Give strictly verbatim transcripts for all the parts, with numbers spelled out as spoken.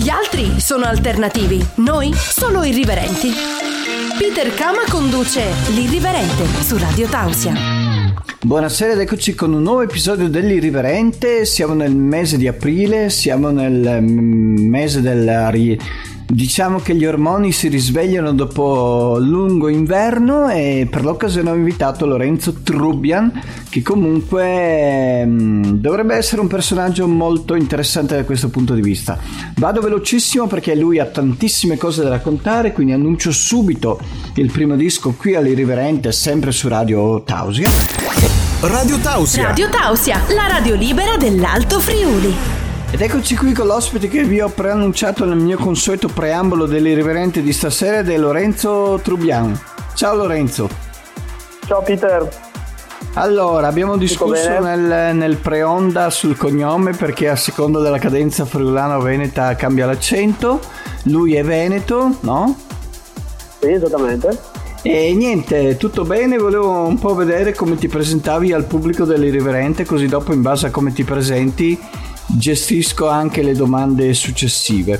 Gli altri sono alternativi, noi solo irriverenti. Peter Kama conduce L'Irriverente su Radio Tausia. Buonasera ed eccoci con un nuovo episodio dell'Irriverente. Siamo nel mese di aprile, siamo nel mese della ri... diciamo che gli ormoni si risvegliano dopo lungo inverno e per l'occasione ho invitato Lorenzo Trubian, che comunque mh, dovrebbe essere un personaggio molto interessante da questo punto di vista. Vado velocissimo perché lui ha tantissime cose da raccontare, quindi annuncio subito il primo disco qui all'Irriverente, sempre su Radio Tausia. Radio Tausia. Radio Tausia, la radio libera dell'Alto Friuli. Ed eccoci qui con l'ospite che vi ho preannunciato nel mio consueto preambolo dell'Irriverente di stasera, ed è Lorenzo Trubian. Ciao Lorenzo. Ciao Peter. Allora, abbiamo discusso nel, nel pre-onda sul cognome perché a seconda della cadenza friulano-veneta cambia l'accento. Lui è veneto, no? Sì, esattamente. E niente, tutto bene, volevo un po' vedere come ti presentavi al pubblico dell'Irriverente, così dopo in base a come ti presenti gestisco anche le domande successive.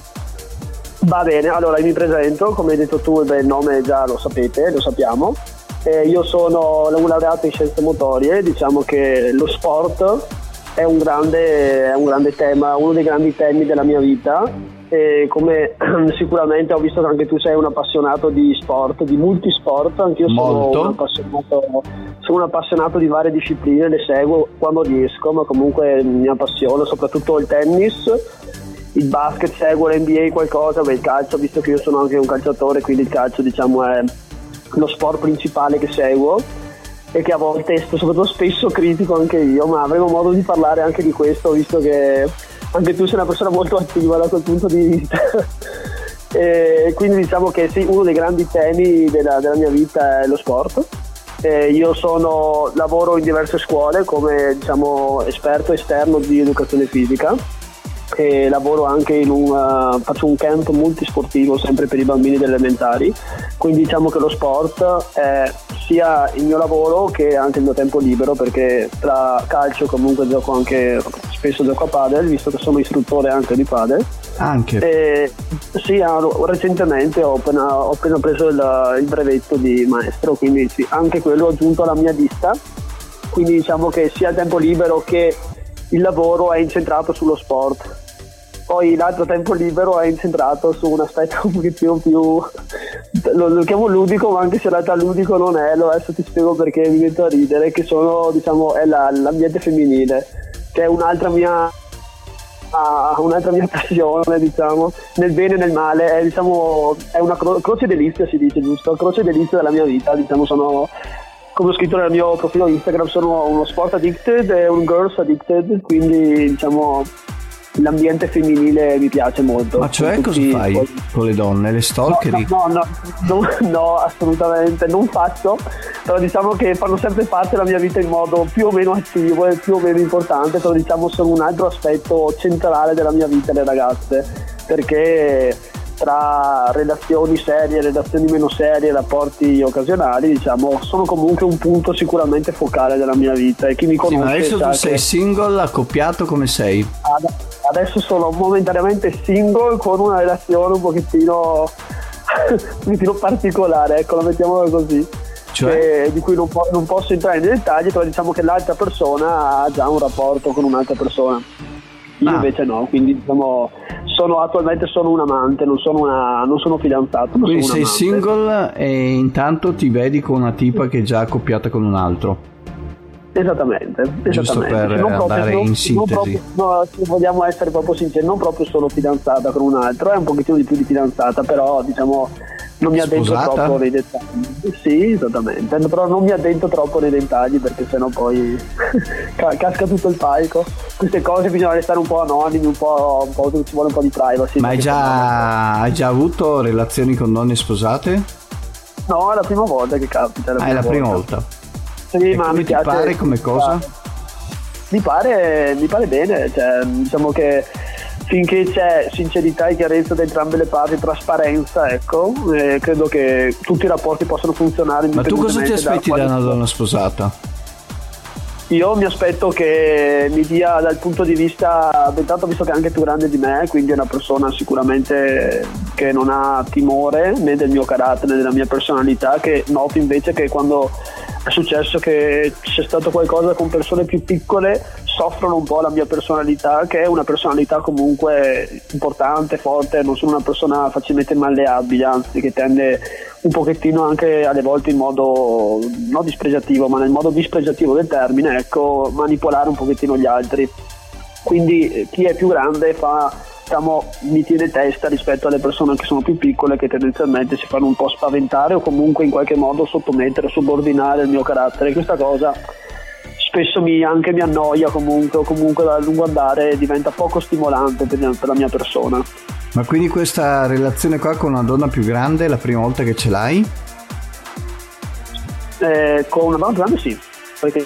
Va bene, allora mi presento, come hai detto tu, beh, il nome già lo sapete, lo sappiamo. Eh, io sono un laureato in scienze motorie, diciamo che lo sport è un grande, è un grande tema, uno dei grandi temi della mia vita. E come sicuramente ho visto che anche tu sei un appassionato di sport, di multisport, anch'io sono un, appassionato, sono un appassionato di varie discipline, le seguo quando riesco, ma comunque mi appassiona soprattutto il tennis, il basket, seguo l'N B A qualcosa, beh, il calcio, visto che io sono anche un calciatore, quindi il calcio diciamo è lo sport principale che seguo e che a volte, soprattutto spesso, critico anche io, ma avremo modo di parlare anche di questo, visto che anche tu sei una persona molto attiva da quel punto di vista. E quindi diciamo che sì, uno dei grandi temi della, della mia vita è lo sport. E io sono, lavoro in diverse scuole come diciamo esperto esterno di educazione fisica e lavoro anche in un uh, faccio un camp multisportivo sempre per i bambini delle elementari, quindi diciamo che lo sport è sia il mio lavoro che anche il mio tempo libero, perché tra calcio comunque gioco anche, spesso gioco a padel, visto che sono istruttore anche di padel. Anche? E, sì, recentemente ho appena, ho appena preso il, il brevetto di maestro, quindi sì, anche quello ho aggiunto alla mia lista, quindi diciamo che sia il tempo libero che il lavoro è incentrato sullo sport. Poi l'altro tempo libero è incentrato su un aspetto un pochettino più, lo, lo chiamo ludico, ma anche se in realtà ludico non è, lo adesso ti spiego perché mi metto a ridere, che sono, diciamo, è la, l'ambiente femminile, che è un'altra mia, uh, un'altra mia passione, diciamo, nel bene e nel male, è, diciamo, è una cro- croce delizia, si dice, giusto? Croce delizia della mia vita, diciamo, sono, come ho scritto nel mio profilo Instagram, sono uno sport addicted e un girls addicted, quindi, diciamo, l'ambiente femminile mi piace molto. Ma cioè cosa fai poi con le donne? Le stalkeri? No, no, no, no, no, assolutamente non faccio, però diciamo che fanno sempre parte della mia vita in modo più o meno attivo e più o meno importante, però diciamo sono un altro aspetto centrale della mia vita, le ragazze, perché tra relazioni serie, relazioni meno serie, rapporti occasionali, diciamo, sono comunque un punto sicuramente focale della mia vita, e chi mi conosce... Sì, ma adesso tu sei che... single, accoppiato, come sei? Adesso sono momentaneamente single con una relazione un pochettino, un pochettino particolare, ecco, la mettiamola così. Cioè? Che, di cui non, po- non posso entrare nei dettagli, però diciamo che l'altra persona ha già un rapporto con un'altra persona. Io ah. invece no, quindi diciamo sono attualmente sono un amante, non sono una non sono fidanzato. Ma quindi sono sei single e intanto ti vedi con una tipa che è già accoppiata con un altro. Esattamente, giusto esattamente. per non andare proprio, in non, sintesi. Non proprio, no, se vogliamo essere proprio sinceri, non proprio sono fidanzata con un altro, è un pochettino di più di fidanzata, però diciamo non mi addentro Sposata? troppo nei dettagli. Sì, esattamente, però non mi addentro troppo nei dettagli perché sennò poi casca tutto il palco. Queste cose bisogna restare un po' anonimi, un po', un po' ci vuole un po' di privacy. Ma hai già, hai già avuto relazioni con donne sposate? No, è la prima volta che capita. Ah, è la prima volta. Sì, e ma come mi ti piace, pare come cosa? Mi pare, mi pare bene, cioè, diciamo che finché c'è sincerità e chiarezza da entrambe le parti, trasparenza, ecco, eh, credo che tutti i rapporti possano funzionare. Ma tu cosa ti aspetti da una donna sposata? Io mi aspetto che mi dia dal punto di vista, intanto visto che è anche più grande di me, quindi è una persona sicuramente che non ha timore né del mio carattere né della mia personalità, che noto invece che quando è successo che c'è stato qualcosa con persone più piccole soffrono un po' la mia personalità, che è una personalità comunque importante, forte, non sono una persona facilmente malleabile, anzi che tende un pochettino anche alle volte in modo non dispregiativo, ma nel modo dispregiativo del termine, ecco, manipolare un pochettino gli altri. Quindi chi è più grande fa, diciamo, mi tiene testa rispetto alle persone che sono più piccole, che tendenzialmente si fanno un po' spaventare o comunque in qualche modo sottomettere, subordinare il mio carattere. Questa cosa spesso mi, anche mi annoia comunque, o comunque a lungo andare diventa poco stimolante per, per la mia persona. Ma quindi questa relazione qua con una donna più grande è la prima volta che ce l'hai? Eh, con una donna più grande sì, perché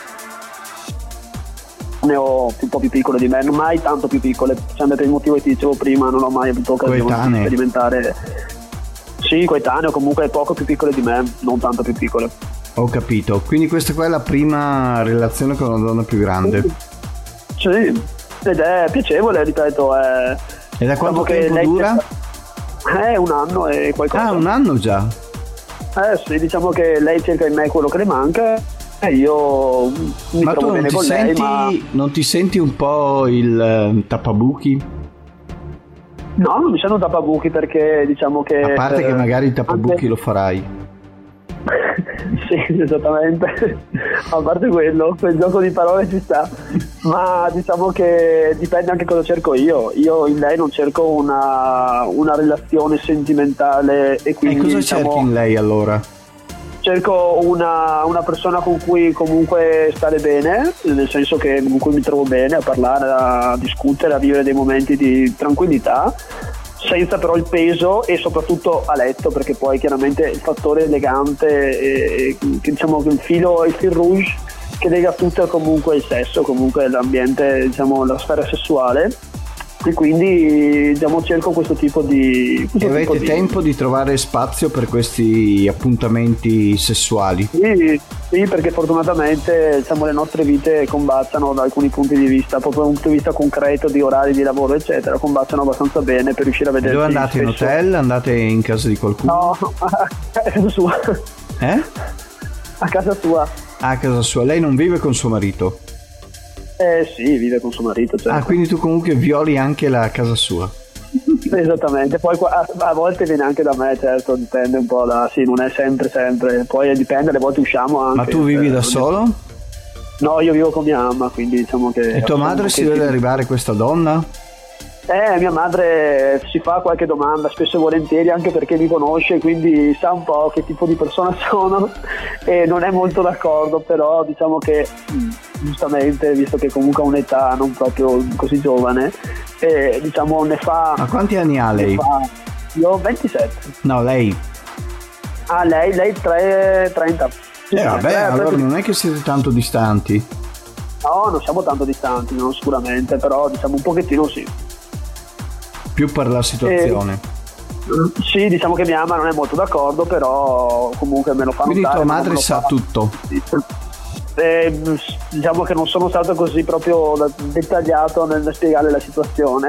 ne ho un po' più piccole di me, non mai tanto più piccole, sempre per il motivo che ti dicevo prima, non ho mai avuto occasione Coetanee. di sperimentare. Sì, coetaneo, comunque poco più piccole di me, non tanto più piccole. Ho capito, quindi questa qua è la prima relazione con una donna più grande. Sì, ed è piacevole, ripeto, è... E da quanto diciamo tempo che dura? È un anno e qualcosa. Ah, un anno già. Eh sì, diciamo che lei cerca in me quello che le manca e io mi Ma tu trovo non bene ti, con senti, lei, ma non ti senti un po' il eh, tappabuchi? no, non mi sento un tappabuchi perché diciamo che... A parte che eh, magari il tappabuchi anche... lo farai. Sì, esattamente. A parte quello, quel gioco di parole ci sta. Ma diciamo che dipende anche cosa cerco io. Io in lei non cerco una, una relazione sentimentale e quindi... E cosa diciamo, cerchi in lei allora? cerco una, una persona con cui comunque stare bene, nel senso che con cui mi trovo bene a parlare, a discutere, a vivere dei momenti di tranquillità, senza però il peso e soprattutto a letto, perché poi chiaramente il fattore elegante e, che diciamo che il filo, il fil rouge che lega tutto è comunque il sesso, comunque l'ambiente, diciamo la sfera sessuale, e quindi diciamo cerco questo tipo di questo E avete tipo di... tempo di trovare spazio per questi appuntamenti sessuali? Sì, sì, perché fortunatamente diciamo, le nostre vite combaciano da alcuni punti di vista, proprio da un punto di vista concreto di orari di lavoro eccetera, combaciano abbastanza bene per riuscire a vedere. Dove andate? In hotel? Andate in casa di qualcuno? No, a casa sua. Eh? A casa sua. Ah, a casa sua. Lei non vive con suo marito? Eh sì, vive con suo marito, certo. Ah, quindi tu comunque violi anche la casa sua? Esattamente, poi a, a volte viene anche da me, certo, dipende un po' da... sì, non è sempre sempre, poi dipende, alle volte usciamo anche. Ma tu vivi eh, da solo? No, io vivo con mia mamma, quindi diciamo che... E tua madre si vede arrivare questa donna? Eh, mia madre si fa qualche domanda, spesso e volentieri, anche perché mi conosce, quindi sa un po' che tipo di persona sono e non è molto d'accordo, però diciamo che giustamente, visto che comunque ha un'età non proprio così giovane, eh, diciamo ne fa... Ma quanti anni ha lei? Fa, io ho ventisette. No, lei? Ah, lei, lei tre, trenta. Sì, Eh vabbè, tre, allora tre, non è che siete tanto distanti. no, non siamo tanto distanti, non sicuramente, però diciamo un pochettino sì. Più per la situazione. Eh, sì, diciamo che mia mamma non è molto d'accordo, però comunque me lo fa Quindi notare. tua ma madre me lo sa fa. tutto. Eh, diciamo che non sono stato così proprio dettagliato nel spiegare la situazione.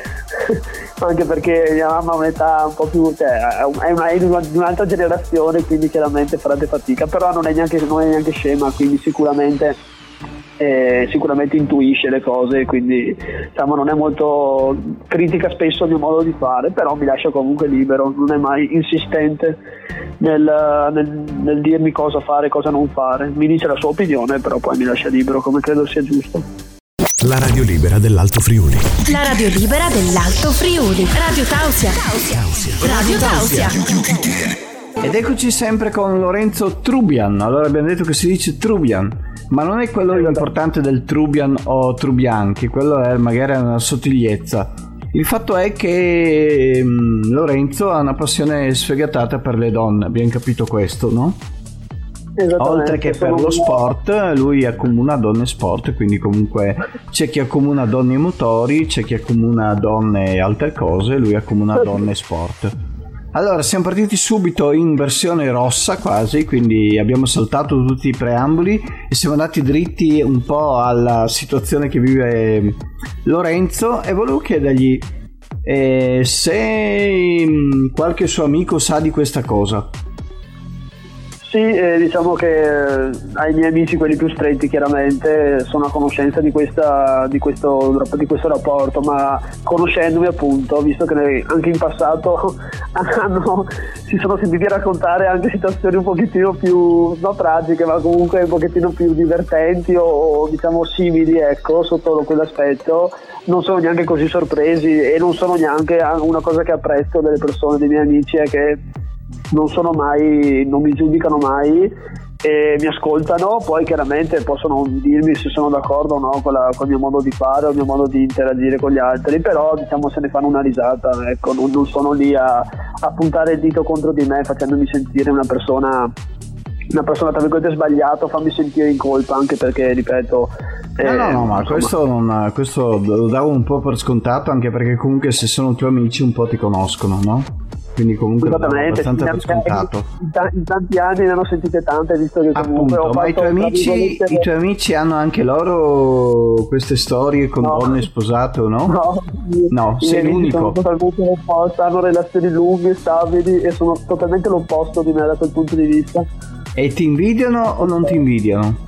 Anche perché mia mamma ha un'età un po' più, cioè è, una, è di un'altra generazione, quindi chiaramente farete fatica, però non è neanche, non è neanche scema, quindi sicuramente eh, sicuramente intuisce le cose, quindi diciamo non è molto critica spesso il mio modo di fare, però mi lascia comunque libero, non è mai insistente nel, nel, nel dirmi cosa fare e cosa non fare, mi dice la sua opinione, però poi mi lascia libero come credo sia giusto. La radio libera dell'Alto Friuli. La radio libera dell'Alto Friuli. Radio Tausia. Radio Tausia. Ed eccoci sempre con Lorenzo Trubian. Allora abbiamo detto che si dice Trubian, ma non è quello importante del Trubian o Trubianchi, quello è magari una sottigliezza. Il fatto è che mh, Lorenzo ha una passione sfegatata per le donne, abbiamo capito questo, no? Oltre che per lo sport, lui accomuna donne sport, quindi comunque c'è chi accomuna donne motori, c'è chi accomuna donne altre cose, lui accomuna donne sport. Allora, siamo partiti subito in versione rossa quasi, quindi abbiamo saltato tutti i preamboli e siamo andati dritti un po' alla situazione che vive Lorenzo e volevo chiedergli eh, se mh, qualche suo amico sa di questa cosa. Sì, eh, diciamo che eh, ai miei amici, quelli più stretti chiaramente, sono a conoscenza di, questa, di, questo, di questo rapporto, ma conoscendomi appunto, visto che anche in passato hanno, si sono sentiti raccontare anche situazioni un pochettino più, non tragiche, ma comunque un pochettino più divertenti o, o diciamo simili, ecco, sotto quell'aspetto, non sono neanche così sorpresi e non sono neanche una cosa che apprezzo delle persone, dei miei amici, è che non sono mai, non mi giudicano mai e mi ascoltano, poi chiaramente possono dirmi se sono d'accordo o no con, la, con il mio modo di fare o il mio modo di interagire con gli altri, però diciamo se ne fanno una risata, ecco, non, non sono lì a, a puntare il dito contro di me facendomi sentire una persona una persona tra virgolette sbagliata, fammi sentire in colpa, anche perché ripeto no eh, no no ma insomma, questo, non, questo lo davo un po' per scontato, anche perché comunque se sono tuoi amici un po' ti conoscono, no? Quindi comunque è abbastanza per scontato. In, t- in tanti anni ne hanno sentite tante, visto che comunque appunto, ho ma fatto i tuoi amici i tuoi amici hanno anche loro queste storie con no. donne sposate o no? No, no sei l'unico. Sono totalmente l'opposto, hanno relazioni lunghe, stabili e sono totalmente l'opposto di me da quel punto di vista. E ti invidiano o non ti invidiano?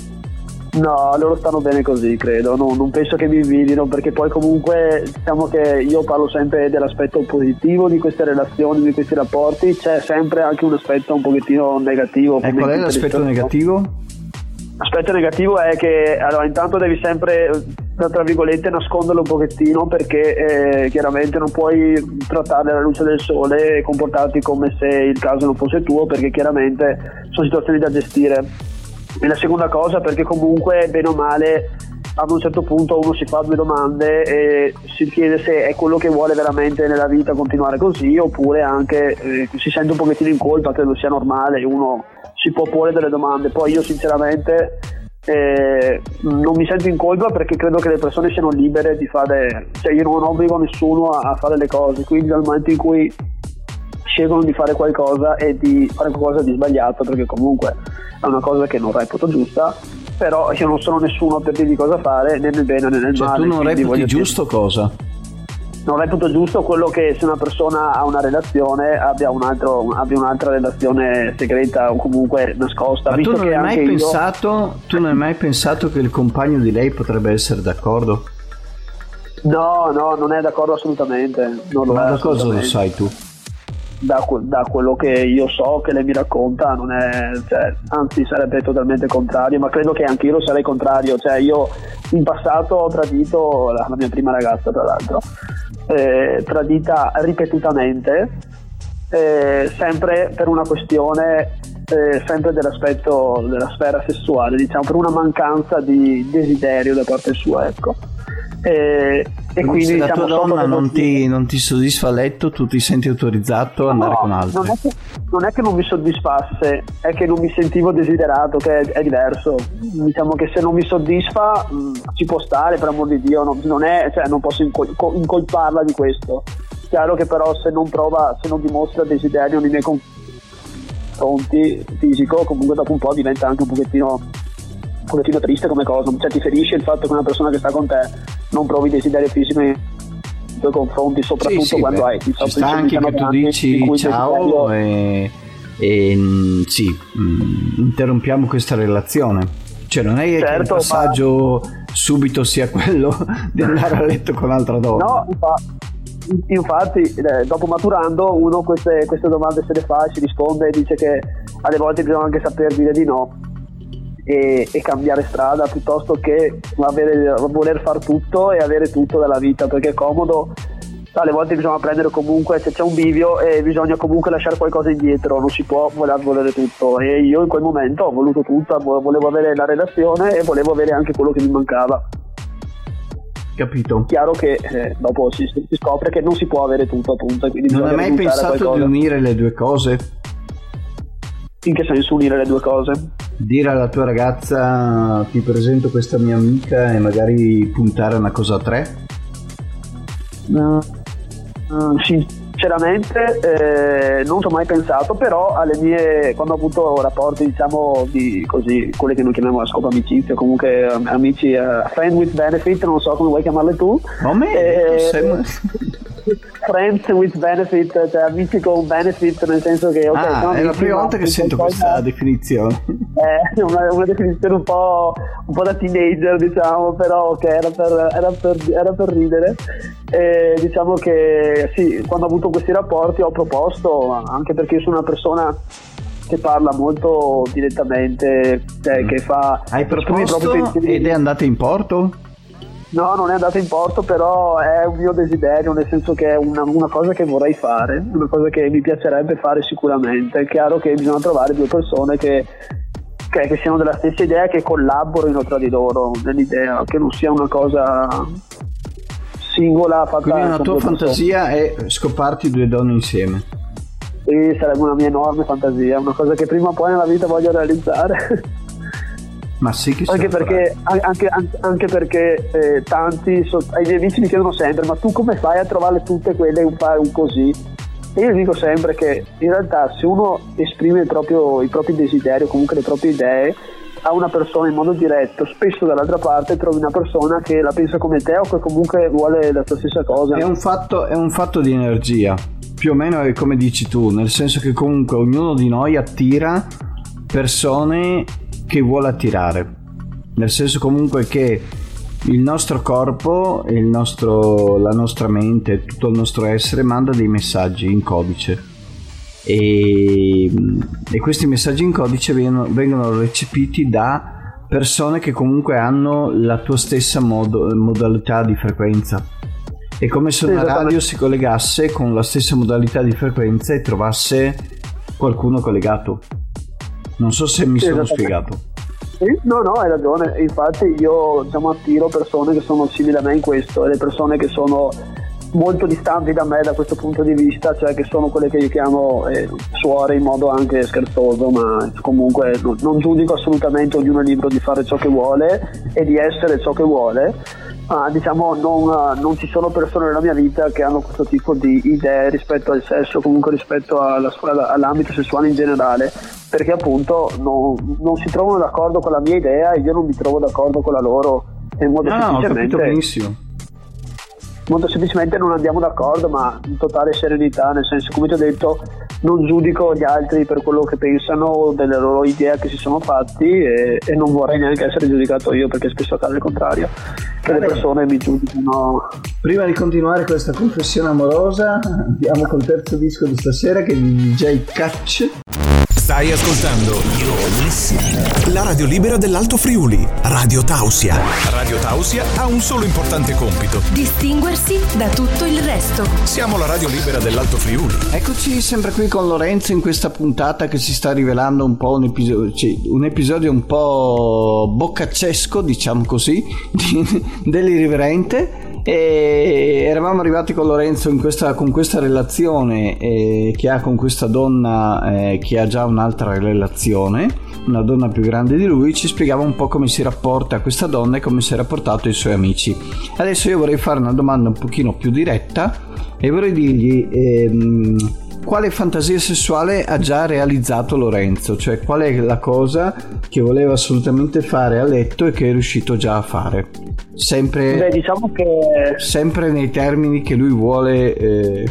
No, loro stanno bene così, credo, no, non penso che mi invidino, perché poi comunque diciamo che io parlo sempre dell'aspetto positivo di queste relazioni, di questi rapporti, c'è sempre anche un aspetto un pochettino negativo. E qual è l'aspetto negativo? L'aspetto negativo è che allora intanto devi sempre tra virgolette nasconderlo un pochettino, perché eh, chiaramente non puoi trattarle alla luce del sole e comportarti come se il caso non fosse tuo, perché chiaramente sono situazioni da gestire. E la seconda cosa perché comunque bene o male ad un certo punto uno si fa due domande e si chiede se è quello che vuole veramente nella vita continuare così, oppure anche eh, si sente un pochettino in colpa, credo sia normale, uno si può porre delle domande. Poi io sinceramente eh, non mi sento in colpa, perché credo che le persone siano libere di fare, cioè io non obbligo nessuno a, a fare le cose, quindi dal momento in cui scelgono di fare qualcosa e di fare qualcosa di sbagliato, perché comunque è una cosa che non reputo giusta, però io non sono nessuno per dirgli cosa fare, né nel bene né nel cioè, male. Tu non reputi giusto dire, cosa? Non reputo giusto quello che se una persona ha una relazione abbia, un altro, abbia un'altra relazione segreta o comunque nascosta. Ma visto tu non che hai mai anche pensato io... tu non hai mai pensato che il compagno di lei potrebbe essere d'accordo? No, no, non è d'accordo assolutamente. Non lo Ma è da cosa lo assolutamente. sai tu? Da, da quello che io so che lei mi racconta, non è, cioè, anzi sarebbe totalmente contrario, ma credo che anche io lo sarei contrario. Cioè io in passato ho tradito la, la mia prima ragazza, tra l'altro, eh, tradita ripetutamente, eh, sempre per una questione eh, sempre dell'aspetto della sfera sessuale, diciamo, per una mancanza di desiderio da parte sua, ecco. E, e quindi se la diciamo, tua donna non ti, non ti soddisfa a letto, tu ti senti autorizzato a andare no, con altri? Non è, che, non è che non mi soddisfasse, è che non mi sentivo desiderato, che è, è diverso. Diciamo che se non mi soddisfa mh, ci può stare, per amor di Dio, non, non, è, cioè, non posso incol- incolparla di questo. Chiaro che però se non prova, se non dimostra desiderio nei miei confronti fisico, comunque dopo un po' diventa anche un pochettino un pochettino triste come cosa, cioè ti ferisce il fatto che una persona che sta con te non provi desiderio fisico nei tuoi confronti, soprattutto sì, sì, quando beh, hai ci sta anche che tu dici ciao desiderio... e, e mh, sì mh, interrompiamo questa relazione, cioè non è certo, che il passaggio ma... subito sia quello di andare a letto con altra donna. No, infatti, infatti eh, dopo maturando uno queste, queste domande se le fa, si risponde e dice che alle volte bisogna anche saper dire di no E, e cambiare strada, piuttosto che avere, voler far tutto e avere tutto dalla vita, perché è comodo. Alle volte bisogna prendere comunque, se c'è un bivio e bisogna comunque lasciare qualcosa indietro, non si può voler volere tutto, e io in quel momento ho voluto tutto, volevo avere la relazione e volevo avere anche quello che mi mancava. Capito. Chiaro che eh, dopo si, si scopre che non si può avere tutto, appunto, e quindi non hai mai pensato di unire le due cose? In che senso unire le due cose? Dire alla tua ragazza ti presento questa mia amica e magari puntare a una cosa a tre? Uh, uh, sì, sinceramente eh, non ci ho mai pensato, però alle mie, quando ho avuto rapporti diciamo di così, quelli che noi chiamiamo a scopo amicizia, comunque amici, uh, friend with benefit, non so come vuoi chiamarle tu. Come? Eh, friends with benefit, cioè amici con benefit, nel senso che okay, ah, è la prima volta che sento questa definizione. È una, una definizione un po', un po' da teenager, diciamo, però che era per, era per, era per ridere. E diciamo che sì, quando ho avuto questi rapporti ho proposto, anche perché io sono una persona che parla molto direttamente, cioè mm. che fa... Hai proposto ed è andata in porto? No, non è andata in porto, però è un mio desiderio, nel senso che è una, una cosa che vorrei fare, una cosa che mi piacerebbe fare sicuramente. È chiaro che bisogna trovare due persone che, che, che siano della stessa idea, che collaborino tra di loro nell'idea, che non sia una cosa singola fatta. Quindi una tua fantasia è scoparti due donne insieme? Sì, sarebbe una mia enorme fantasia, una cosa che prima o poi nella vita voglio realizzare. Ma sì che anche perché, anche, anche, anche perché eh, tanti so, i miei amici mi chiedono sempre: ma tu come fai a trovarle tutte quelle un, un così? E io dico sempre che in realtà se uno esprime il proprio, i propri desideri o comunque le proprie idee a una persona in modo diretto, spesso dall'altra parte trovi una persona che la pensa come te o che comunque vuole la tua stessa cosa. È un fatto, è un fatto di energia, più o meno è come dici tu, nel senso che comunque ognuno di noi attira persone che vuole attirare, nel senso comunque che il nostro corpo, il nostro, la nostra mente, tutto il nostro essere manda dei messaggi in codice e, e questi messaggi in codice vengono, vengono recepiti da persone che comunque hanno la tua stessa modo, modalità di frequenza. È come se una radio si collegasse con la stessa modalità di frequenza e trovasse qualcuno collegato. Non so se mi sì, sono spiegato. Sì, no, no, hai ragione. Infatti io diciamo attiro persone che sono simili a me in questo, e le persone che sono molto distanti da me da questo punto di vista, cioè che sono quelle che io chiamo eh, suore in modo anche scherzoso, ma comunque non, non giudico assolutamente, ognuno è libero di fare ciò che vuole e di essere ciò che vuole. Ma diciamo non, non ci sono persone nella mia vita che hanno questo tipo di idee rispetto al sesso, comunque rispetto alla, all'ambito sessuale in generale, perché appunto non, non si trovano d'accordo con la mia idea e io non mi trovo d'accordo con la loro, e in modo no, semplicemente ho capito benissimo. molto semplicemente non andiamo d'accordo, ma in totale serenità, nel senso, come ti ho detto, non giudico gli altri per quello che pensano delle loro idee che si sono fatti e, e non vorrei neanche essere giudicato io, perché spesso accade il contrario, che le persone mi giudicano. Prima di continuare questa confessione amorosa, andiamo col terzo disco di stasera, che è di D J Catch. Stai ascoltando la radio libera dell'Alto Friuli, Radio Tausia. Radio Tausia ha un solo importante compito: distinguersi da tutto il resto. Siamo la radio libera dell'Alto Friuli. Eccoci sempre qui con Lorenzo in questa puntata che si sta rivelando un po' un episodio, cioè, un episodio un po' boccaccesco, diciamo così, di, dell'irriverente. E eravamo arrivati con Lorenzo in questa, con questa relazione eh, che ha con questa donna eh, che ha già un'altra relazione, una donna più grande di lui. Ci spiegava un po' come si rapporta a questa donna e come si è rapportato ai suoi amici. Adesso io vorrei fare una domanda un pochino più diretta e vorrei dirgli ehm, quale fantasia sessuale ha già realizzato Lorenzo, cioè qual è la cosa che voleva assolutamente fare a letto e che è riuscito già a fare, sempre, Beh, diciamo che... sempre nei termini che lui vuole eh,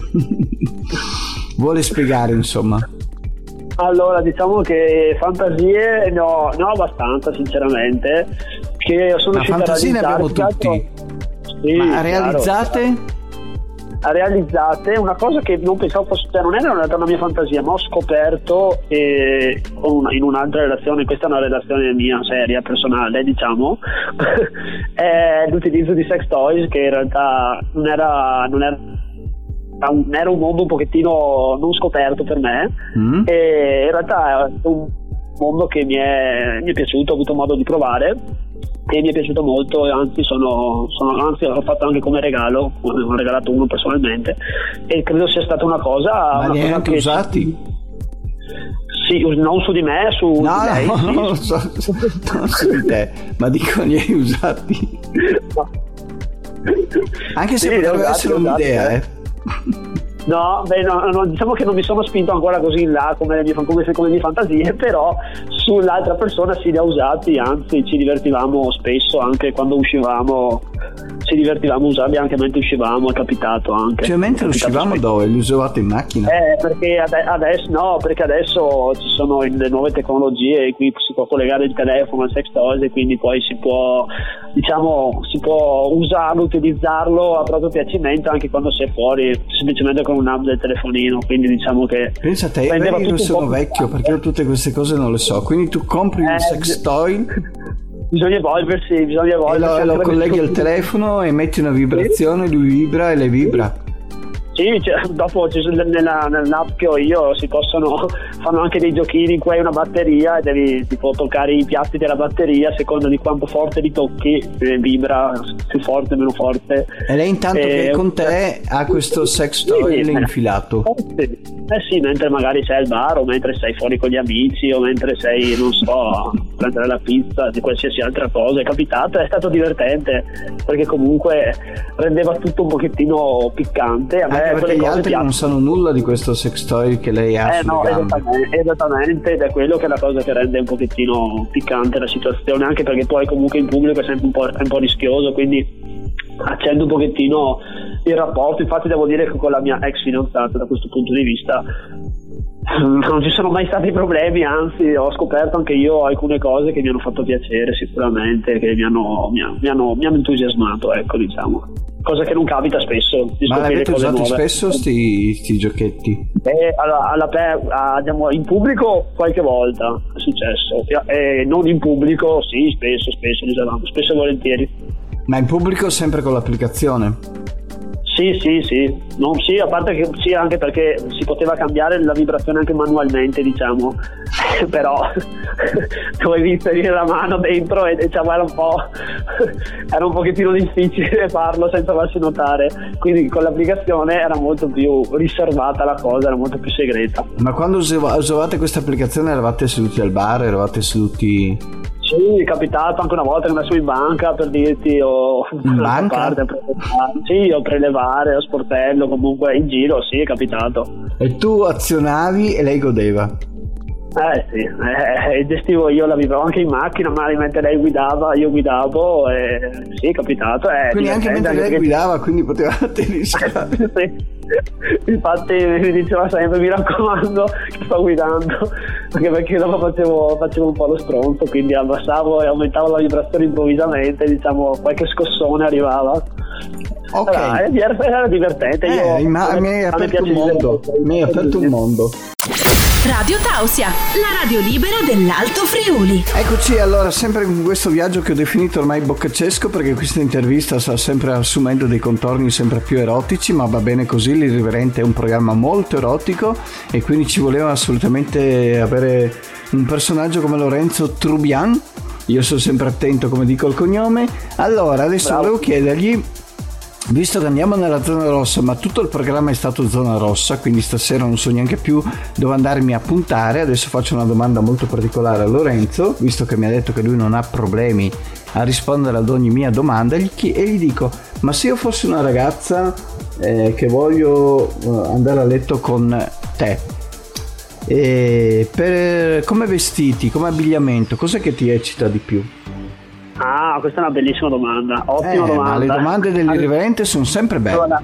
vuole spiegare, insomma. Allora, diciamo che fantasie ne ho, ne ho abbastanza, sinceramente, che sono ma fantasie ne abbiamo tutti, sì, ma realizzate? Chiaro. realizzate una cosa che non pensavo fosse, cioè non era una mia fantasia, ma ho scoperto eh, una, in un'altra relazione, questa è una relazione mia seria, personale, diciamo, è l'utilizzo di sex toys, che in realtà non era non era un, era un mondo un pochettino non scoperto per me, mm. e in realtà è un mondo che mi è, mi è piaciuto, ho avuto modo di provare e mi è piaciuto molto, e anzi sono, sono anzi l'ho fatto anche come regalo, ho regalato uno personalmente, e credo sia stata una cosa. Ma una li hai cosa anche che usati? Sì, non su di me, su no, di lei. No, sì. non, so, non su di te, ma dico li hai usati. No. Anche se sì, potrebbe usati, essere usati, un'idea, eh. No, beh, no, no, diciamo che non mi sono spinto ancora così in là come le mie, come, come le mie fantasie, però sull'altra persona si li ha usati, anzi ci divertivamo spesso anche quando uscivamo, ci divertivamo a usarli anche mentre uscivamo, è capitato anche. Cioè mentre uscivamo spesso. Dove? Li usavate in macchina? Eh, perché ade- adesso no, perché adesso ci sono le nuove tecnologie e qui si può collegare il telefono al sextoys e quindi poi si può, diciamo, si può usarlo, utilizzarlo a proprio piacimento anche quando si è fuori, semplicemente con un'app del telefonino, quindi diciamo che pensa a te, io sono vecchio perché io tutte queste cose non le so, quindi tu compri eh, un sex toy, bisogna evolversi, bisogna evolversi e lo, lo colleghi al telefono e metti una vibrazione, lui vibra e le vibra. Sì, cioè, dopo nella, nell'app che ho io si possono, fanno anche dei giochini in cui hai una batteria e devi tipo toccare i piatti della batteria a seconda di quanto forte li tocchi, eh, vibra più forte, meno forte. E lei intanto e, che con te ha questo sex toy sì, infilato. Eh sì, mentre magari sei al bar o mentre sei fuori con gli amici o mentre sei, non so, a prendere la pizza, di qualsiasi altra cosa, è capitato, è stato divertente perché comunque rendeva tutto un pochettino piccante. A me anche perché gli altri non sanno nulla di questo sex toy che lei ha eh sulle no, gambe. Esattamente, esattamente, ed è quello che è la cosa che rende un pochettino piccante la situazione, anche perché poi comunque in pubblico è sempre un po', è un po' rischioso, quindi accende un pochettino il rapporto. Infatti devo dire che con la mia ex fidanzata da questo punto di vista non ci sono mai stati problemi, anzi ho scoperto anche io alcune cose che mi hanno fatto piacere sicuramente, che mi hanno, mi hanno, mi hanno, mi hanno entusiasmato, ecco, diciamo, cosa che non capita spesso. Ma l'avete usati spesso sti, sti giochetti? Eh, alla, alla, andiamo in pubblico qualche volta, è successo, e non in pubblico sì, spesso, spesso li usavamo, spesso e volentieri. Ma in pubblico sempre con l'applicazione? Sì, sì, sì, non sì, a parte che sì, anche perché si poteva cambiare la vibrazione anche manualmente, diciamo, però dovevi inserire la mano dentro e diciamo era un po' era un pochettino difficile farlo senza farsi notare, quindi con l'applicazione era molto più riservata la cosa, era molto più segreta. Ma quando usavate questa applicazione eravate seduti al bar, eravate seduti... Sì, è capitato anche una volta che andassi in banca per dirti o in banca? Parte, sì, o prelevare o sportello, comunque in giro, sì, è capitato. E tu azionavi e lei godeva? Eh sì, eh, gestivo io, la vivevo anche in macchina, magari mentre lei guidava, io guidavo e sì, è capitato. Eh, quindi anche mentre anche lei perché... guidava, quindi potevate rischiare. Sì. Infatti mi diceva sempre, mi raccomando che sto guidando, anche perché dopo facevo, facevo un po' lo stronzo, quindi abbassavo e aumentavo la vibrazione improvvisamente, diciamo qualche scossone arrivava. Ok, era, era divertente. Eh, io, ma mi hai aperto un mondo, mi hai aperto un mondo. Radio Tausia, la radio libera dell'Alto Friuli. Eccoci allora, sempre in questo viaggio che ho definito ormai boccacesco, perché questa intervista sta sempre assumendo dei contorni sempre più erotici, ma va bene così, l'Irriverente è un programma molto erotico e quindi ci voleva assolutamente avere un personaggio come Lorenzo Trubian. Io sono sempre attento come dico il cognome. Allora adesso Bravo. volevo chiedergli, visto che andiamo nella zona rossa, ma tutto il programma è stato zona rossa, quindi stasera non so neanche più dove andarmi a puntare, adesso faccio una domanda molto particolare a Lorenzo, visto che mi ha detto che lui non ha problemi a rispondere ad ogni mia domanda, e gli dico, ma se io fossi una ragazza eh, che voglio andare a letto con te, e per, come vestiti, come abbigliamento, cos'è che ti eccita di più? Ah, questa è una bellissima domanda, ottima eh, domanda. Ma le domande dell'Irriverente sono sempre belle. Allora,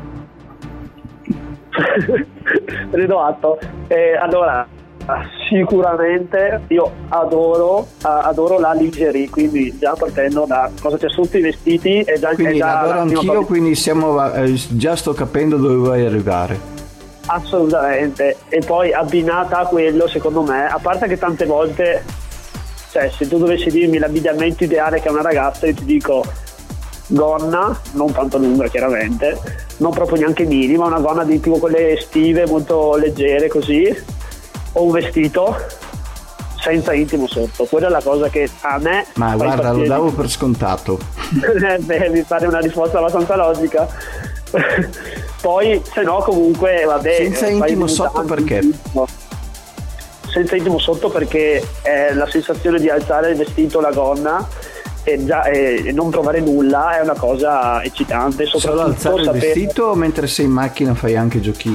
ne do atto. Eh, allora, sicuramente io adoro adoro la lingerie, quindi già partendo da cosa c'è sotto i vestiti e già, quindi è già adoro anch'io, parte... quindi siamo eh, già sto capendo dove vuoi arrivare. Assolutamente. E poi abbinata a quello, secondo me, a parte che tante volte, cioè, se tu dovessi dirmi l'abbigliamento ideale che è una ragazza, io ti dico gonna, non tanto lunga chiaramente, non proprio neanche minima, una gonna di tipo quelle estive molto leggere così, o un vestito senza intimo sotto. Quella è la cosa che a me ma guarda, lo davo per scontato. Beh, mi pare una risposta abbastanza logica. Poi se no comunque vabbè, senza intimo sotto perché? Senza intimo sotto perché è la sensazione di alzare il vestito, la gonna e, già, e non trovare nulla è una cosa eccitante. Solo alzare il sapere... vestito o mentre sei in macchina fai anche giochini?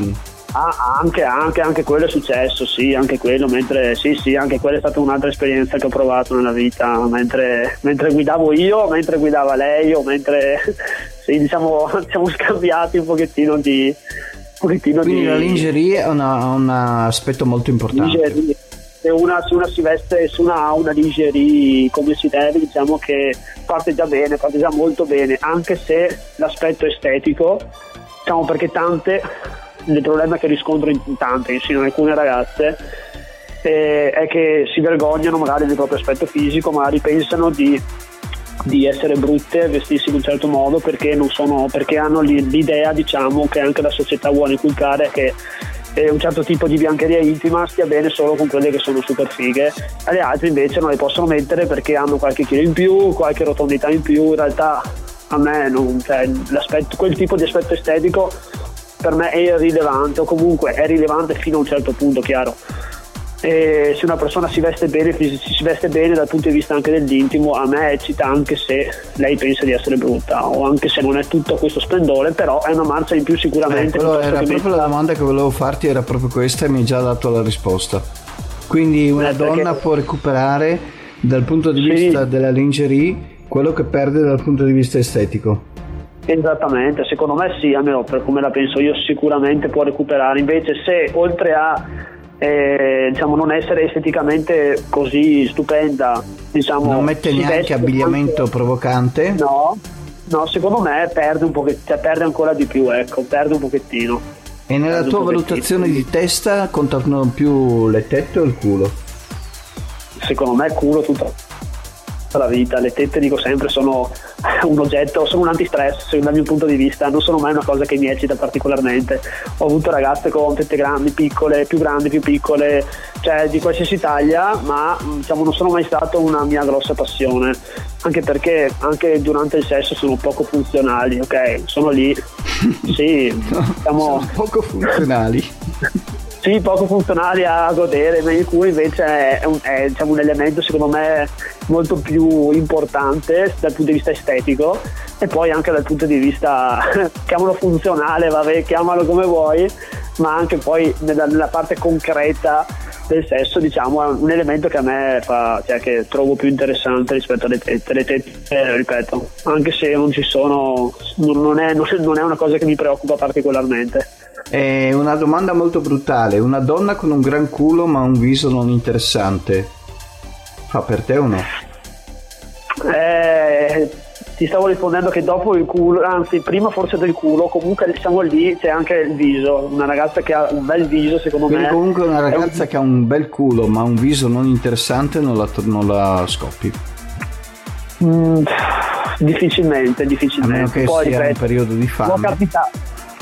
Ah, anche, anche, anche quello è successo, sì, anche quello, mentre sì, sì, anche quella è stata un'altra esperienza che ho provato nella vita, mentre, mentre guidavo io, mentre guidava lei, o mentre sì, diciamo, siamo scambiati un pochettino di. Un pochettino Quindi di, la lingerie ha un aspetto molto importante. Lingerie. Se una, se una si veste, se una ha una lingerie come si deve, diciamo che parte già bene, parte già molto bene, anche se l'aspetto estetico, diciamo, perché tante, il problema che riscontro in tante, in alcune ragazze, eh, è che si vergognano magari del proprio aspetto fisico, magari pensano di, di essere brutte, vestirsi in un certo modo perché non sono, perché hanno l'idea, diciamo, che anche la società vuole inculcare, che e un certo tipo di biancheria intima stia bene solo con quelle che sono super fighe, e le altre invece non le possono mettere perché hanno qualche chilo in più, qualche rotondità in più. In realtà a me non, cioè, l'aspetto, quel tipo di aspetto estetico per me è irrilevante, o comunque è rilevante fino a un certo punto, chiaro. E se una persona si veste bene, si veste bene dal punto di vista anche dell'intimo, a me eccita anche se lei pensa di essere brutta, o anche se non è tutto questo splendore, però è una marcia in più sicuramente. Eh, era proprio metta... la domanda che volevo farti, era proprio questa, e mi hai già dato la risposta. Quindi una eh, perché... donna può recuperare dal punto di vista sì. della lingerie quello che perde dal punto di vista estetico. Esattamente, secondo me sì, almeno per come la penso io, sicuramente può recuperare. Invece se oltre a Eh, diciamo non essere esteticamente così stupenda, diciamo, non mette neanche abbigliamento anche... provocante, no no secondo me perde un pochettino, cioè perde ancora di più, ecco, perde un pochettino. E nella tua valutazione di testa contano più le tette o il culo? Secondo me il culo tutta la vita. Le tette, dico sempre, sono un oggetto, sono un antistress dal mio punto di vista, non sono mai una cosa che mi eccita particolarmente. Ho avuto ragazze con tette grandi, piccole, più grandi, più piccole, cioè di qualsiasi taglia, ma diciamo non sono mai stato una mia grossa passione, anche perché anche durante il sesso sono poco funzionali, ok? Sono lì, sì, diciamo, sono poco funzionali. Sì, poco funzionali a godere, ma il culo invece è, un, è diciamo, un elemento secondo me molto più importante dal punto di vista estetico, e poi anche dal punto di vista, chiamalo funzionale, vabbè, chiamalo come vuoi, ma anche poi nella, nella parte concreta del sesso, diciamo, è un elemento che a me fa, cioè che trovo più interessante rispetto alle tette. Le tette, eh, ripeto, anche se non ci sono, non è, non è una cosa che mi preoccupa particolarmente. È una domanda molto brutale. Una donna con un gran culo ma un viso non interessante, fa per te o no? Eh, ti stavo rispondendo che dopo il culo, anzi prima forse del culo, comunque siamo lì, c'è anche il viso. Una ragazza che ha un bel viso, secondo Quindi me. Comunque una ragazza un... che ha un bel culo ma un viso non interessante non la, non la scoppi? Mm, difficilmente, difficilmente. A meno che Poi, sia ripeto, un periodo di fame. Può capitare.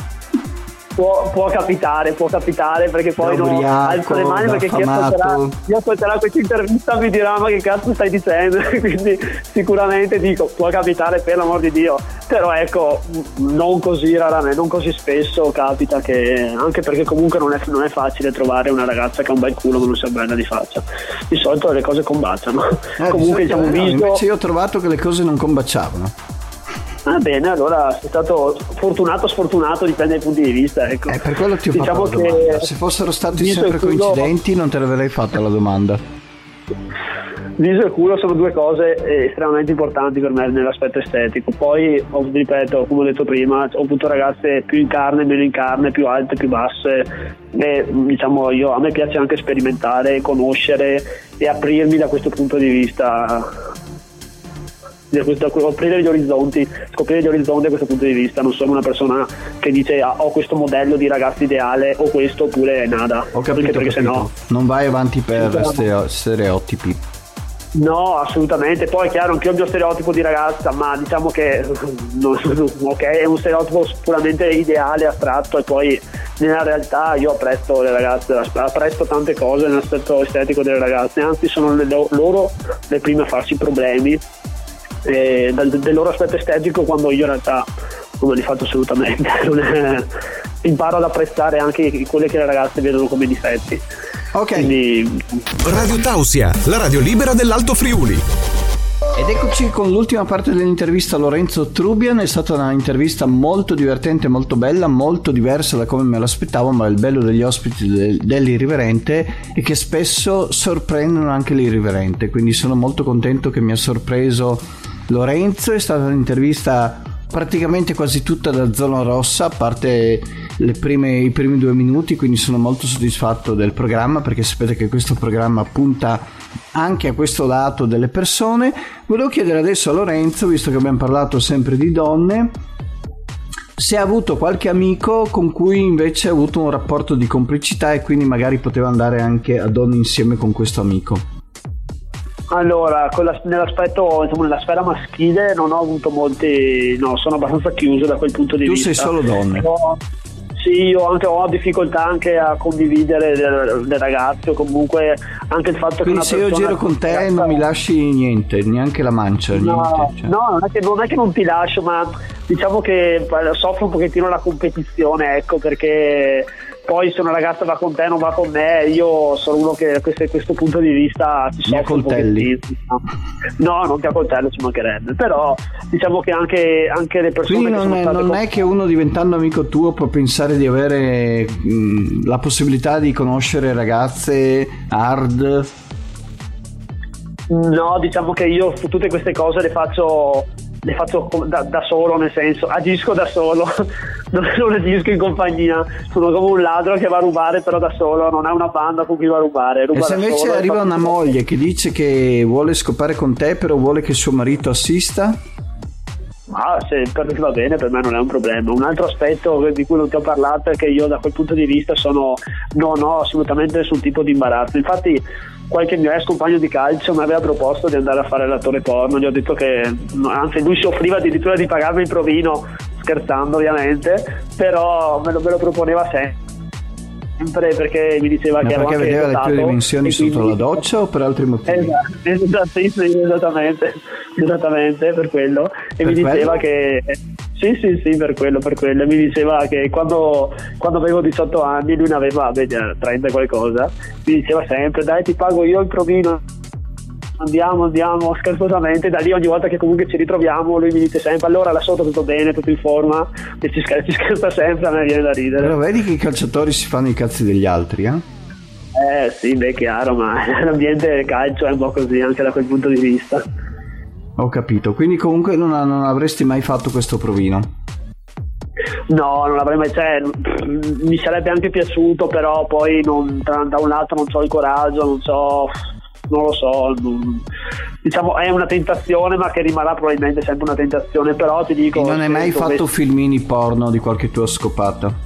Può, può capitare, può capitare, perché poi no, alzo le mani, perché chi ascolterà, chi ascolterà questa intervista mi dirà: ma che cazzo stai dicendo? Quindi sicuramente dico, può capitare, per l'amor di Dio, però ecco, non così raramente, non così spesso capita, che anche perché comunque non è, non è facile trovare una ragazza che ha un bel culo ma non sia bella di faccia. Di solito le cose combaciano. Eh, comunque di solito, diciamo, no, viso... invece io ho trovato che le cose non combaciavano. Ah, bene, allora sei stato fortunato o sfortunato, dipende dai punti di vista, ecco. Eh, per quello ti ho diciamo fatto la domanda. Se fossero stati sempre culo... coincidenti non te l'avrei fatta la domanda. Viso e culo sono due cose estremamente importanti per me nell'aspetto estetico. Poi, ripeto, come ho detto prima, ho avuto ragazze più in carne, meno in carne, più alte, più basse, e diciamo io, a me piace anche sperimentare, conoscere e aprirmi da questo punto di vista, aprire gli orizzonti, scoprire gli orizzonti da questo punto di vista. Non sono una persona che dice ah, ho questo modello di ragazzo ideale o questo oppure nada. Ho capito, perché, perché se no non vai avanti per stereotipi. No, assolutamente. Poi è chiaro, anche io ho il mio stereotipo di ragazza, ma diciamo che non, ok, è un stereotipo puramente ideale, astratto, e poi nella realtà io apprezzo le ragazze, apprezzo tante cose nell'aspetto estetico delle ragazze, anzi sono le, loro le prime a farsi problemi eh, del, del loro aspetto estetico, quando io in realtà non me li faccio assolutamente. Non è, imparo ad apprezzare anche quelle che le ragazze vedono come difetti. Ok. Quindi... Radio Tausia, la radio libera dell'Alto Friuli. Ed eccoci con l'ultima parte dell'intervista a Lorenzo Trubian. È stata un'intervista molto divertente, molto bella, molto diversa da come me l'aspettavo, ma il bello degli ospiti del, dell'Irriverente è che spesso sorprendono anche l'Irriverente, quindi sono molto contento che mi ha sorpreso Lorenzo. È stata un'intervista praticamente quasi tutta da zona rossa, a parte le prime, i primi due minuti, quindi sono molto soddisfatto del programma, perché sapete che questo programma punta anche a questo lato delle persone. Volevo chiedere adesso a Lorenzo, visto che abbiamo parlato sempre di donne, se ha avuto qualche amico con cui invece ha avuto un rapporto di complicità e quindi magari poteva andare anche a donne insieme con questo amico. Allora, la, nell'aspetto, diciamo, nella sfera maschile non ho avuto molti, no, sono abbastanza chiuso da quel punto di tu vista. Tu sei solo donne? Però, sì, io anche ho difficoltà anche a condividere le, le ragazze, o comunque anche il fatto quindi che una se io giro con te ragazza... non mi lasci niente, neanche la mancia? No, niente, cioè. no non, è che, non è che non ti lascio, ma diciamo che soffro un pochettino la competizione, ecco, perché poi se una ragazza va con te non va con me, io sono uno che a questo, questo punto di vista ti soffro un pochettino. No, non ti accoltello, ci mancherebbe, però diciamo che anche, anche le persone quindi che non, sono è, state non con... è che uno diventando amico tuo può pensare di avere mh, la possibilità di conoscere ragazze hard? No, diciamo che io tutte queste cose le faccio le faccio da, da solo, nel senso agisco da solo, non, non agisco in compagnia, sono come un ladro che va a rubare però da solo, non ha una banda con cui va a rubare, ruba e se invece solo, arriva una moglie che dice che vuole scopare con te però vuole che suo marito assista? Ah, se per me va bene, per me non è un problema. Un altro aspetto di cui non ti ho parlato è che io da quel punto di vista sono non ho assolutamente nessun tipo di imbarazzo. Infatti qualche mio ex compagno di calcio mi aveva proposto di andare a fare l'attore porno, gli ho detto che anzi lui si offriva addirittura di pagarmi il provino, scherzando ovviamente, però me lo, me lo proponeva sempre, perché mi diceva ma che perché ero vedeva anche le tue dimensioni quindi... sotto la doccia o per altri motivi? Esatto, sì, sì, esattamente esattamente per quello e per mi diceva quello? che sì sì sì per quello per quello mi diceva che quando, quando avevo diciotto anni, lui ne aveva vedi, trenta e qualcosa, mi diceva sempre dai ti pago io il provino, andiamo andiamo scherzosamente. Da lì ogni volta che comunque ci ritroviamo lui mi dice sempre allora là sotto tutto bene, tutto in forma, e ci scherza, ci scherza sempre, a me viene da ridere. Però vedi che i calciatori si fanno i cazzi degli altri, eh? Eh sì, beh, chiaro, ma l'ambiente del calcio è un po' così anche da quel punto di vista. Ho capito, quindi comunque non, non avresti mai fatto questo provino? No, non l'avrei mai, cioè, mi sarebbe anche piaciuto, però poi non, da un lato non ho il coraggio, non so, non lo so, non, diciamo è una tentazione, ma che rimarrà probabilmente sempre una tentazione, però ti dico... E non hai mai fatto dovessi... filmini porno di qualche tua scopata?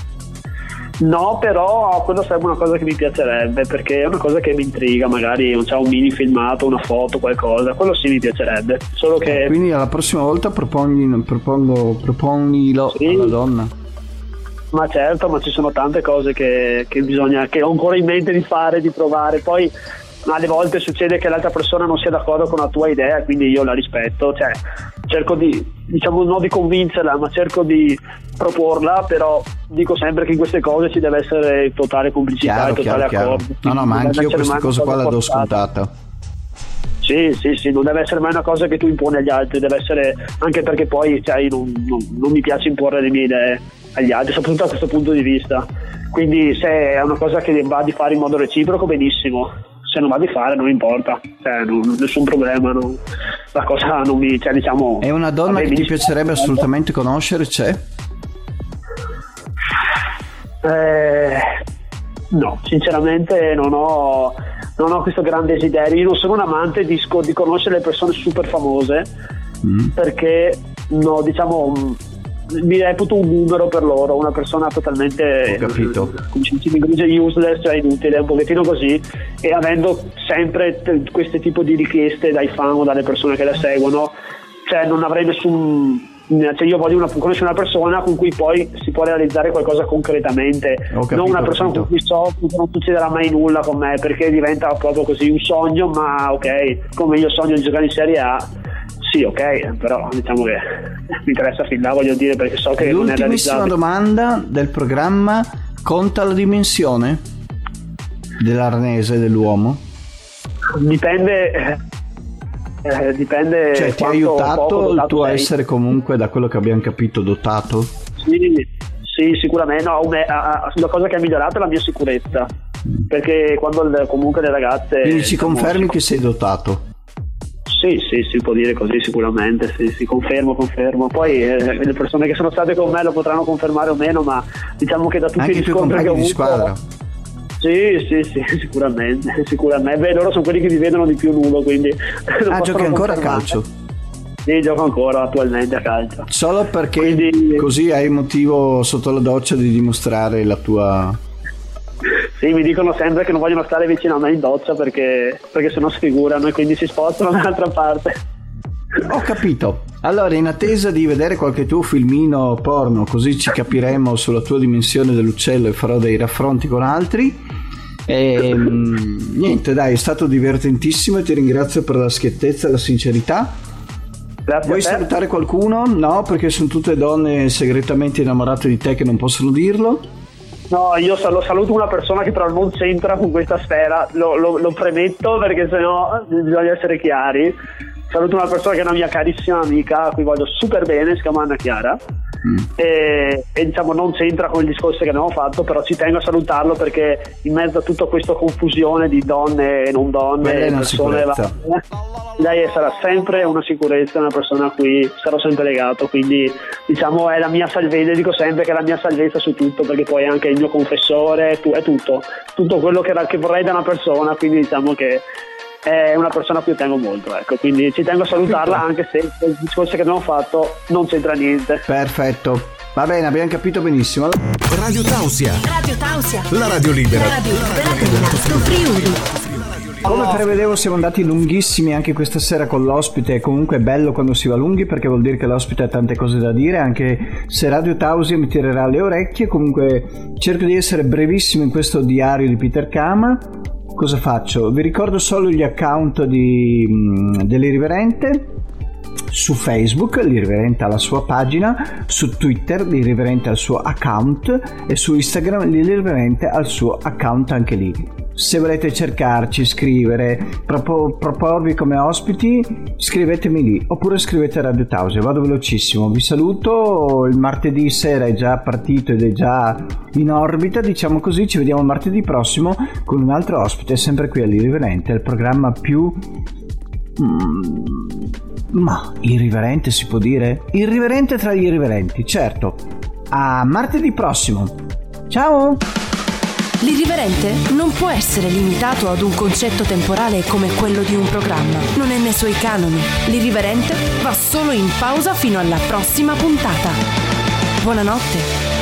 No, però quello sarebbe una cosa che mi piacerebbe, perché è una cosa che mi intriga, magari non c'è un mini filmato, una foto, qualcosa, quello sì mi piacerebbe, solo che... Eh, quindi alla prossima volta proponi, propongo, proponilo sì. alla donna. Ma certo, ma ci sono tante cose che, che bisogna, che ho ancora in mente di fare, di provare, poi alle volte succede che l'altra persona non sia d'accordo con la tua idea, quindi io la rispetto, cioè cerco di, diciamo, non di convincerla, ma cerco di proporla, però dico sempre che in queste cose ci deve essere totale complicità e totale chiaro, accordo. Chiaro. No, no, ma anch'io questa cosa qua la do scontata. Sì, sì, sì, non deve essere mai una cosa che tu imponi agli altri, deve essere, anche perché poi cioè, io non, non, non mi piace imporre le mie idee agli altri, soprattutto da questo punto di vista. Quindi se è una cosa che va di fare in modo reciproco, benissimo. Se non va di fare non importa, cioè non, nessun problema, non, la cosa non mi, cioè diciamo... È una donna che ti piacerebbe assolutamente conoscere, c'è? Eh, no, sinceramente non ho, non ho questo grande desiderio. Io non sono un amante di, di conoscere le persone super famose, mm. perché no, diciamo... mi reputo un numero per loro, una persona totalmente, ho capito, useless, cioè inutile, un pochettino così, e avendo sempre t- questo tipo di richieste dai fan o dalle persone che la seguono, cioè non avrei nessun, cioè io voglio una, conoscere una persona con cui poi si può realizzare qualcosa concretamente, capito, non una persona con cui so che non succederà mai nulla con me, perché diventa proprio così un sogno, ma ok, come io sogno di giocare in Serie A, sì, ok, però diciamo che mi interessa fin là, voglio dire, perché so che non è realizzabile. L'ultimissima domanda del programma: conta la dimensione dell'arnese dell'uomo? Dipende, eh, dipende. Cioè ti ha aiutato il tuo sei. essere comunque, da quello che abbiamo capito, dotato? Sì, sì, sicuramente. No, una, la cosa che ha migliorato è la mia sicurezza, perché quando comunque le ragazze... Quindi ci confermi che sei dotato? Sì, sì, si può dire così sicuramente, sì, sì, confermo, confermo. Poi eh, le persone che sono state con me lo potranno confermare o meno, ma diciamo che da tutti anche i riscontri che ho avuto... di squadra? Sì, sì, sì, sicuramente, sicuramente. Beh, loro sono quelli che vi vedono di più nudo, quindi... Ah, giochi ancora a calcio? Sì, gioco ancora attualmente a calcio. Solo perché quindi... così hai motivo sotto la doccia di dimostrare la tua... Sì, mi dicono sempre che non vogliono stare vicino a me in doccia perché, perché sennò si figurano e quindi si spostano dall'altra parte. Ho capito. Allora, in attesa di vedere qualche tuo filmino porno, così ci capiremo sulla tua dimensione dell'uccello e farò dei raffronti con altri. E niente, dai, è stato divertentissimo e ti ringrazio per la schiettezza e la sincerità. Grazie. Vuoi salutare qualcuno? No, perché sono tutte donne segretamente innamorate di te che non possono dirlo. No, io saluto una persona che però non c'entra con questa sfera, lo, lo, lo premetto perché sennò bisogna essere chiari. Saluto una persona che è una mia carissima amica a cui voglio super bene, si chiama Anna Chiara. Mm. E, e diciamo non c'entra con il discorso che abbiamo fatto, però ci tengo a salutarlo perché in mezzo a tutta questa confusione di donne e non donne, Beh, persone, lei sarà sempre una sicurezza, una persona a cui sarò sempre legato, quindi diciamo è la mia salvezza, dico sempre che è la mia salvezza su tutto, perché poi è anche il mio confessore, è tutto, tutto quello che, che vorrei da una persona, quindi diciamo che è una persona a cui tengo molto, ecco, quindi ci tengo a salutarla anche se il discorso che abbiamo fatto non c'entra niente. Perfetto, va bene, abbiamo capito benissimo. Radio Tausia. Radio Tausia. La radio libera. La radio libera dell'Alto Friuli. Come prevedevo siamo andati lunghissimi anche questa sera con l'ospite, comunque è bello quando si va lunghi perché vuol dire che l'ospite ha tante cose da dire, anche se Radio Tausia mi tirerà le orecchie. Comunque cerco di essere brevissimo in questo diario di Peter Kama. Cosa faccio? Vi ricordo solo gli account di, dell'Irriverente. Su Facebook l'Irriverente ha la sua pagina, su Twitter l'Irriverente ha il suo account e su Instagram l'Irriverente ha il suo account anche lì. Se volete cercarci, scrivere, propo, proporvi come ospiti, scrivetemi lì oppure scrivete a Radio Tausia. Vado velocissimo, vi saluto. Il martedì sera è già partito ed è già in orbita, diciamo così. Ci vediamo martedì prossimo con un altro ospite, sempre qui all'Irriverente, il programma più... Mm, ma irriverente si può dire? Irriverente tra gli irriverenti, certo. A martedì prossimo. Ciao! L'irriverente non può essere limitato ad un concetto temporale come quello di un programma. Non è nei suoi canoni. L'irriverente va solo in pausa fino alla prossima puntata. Buonanotte.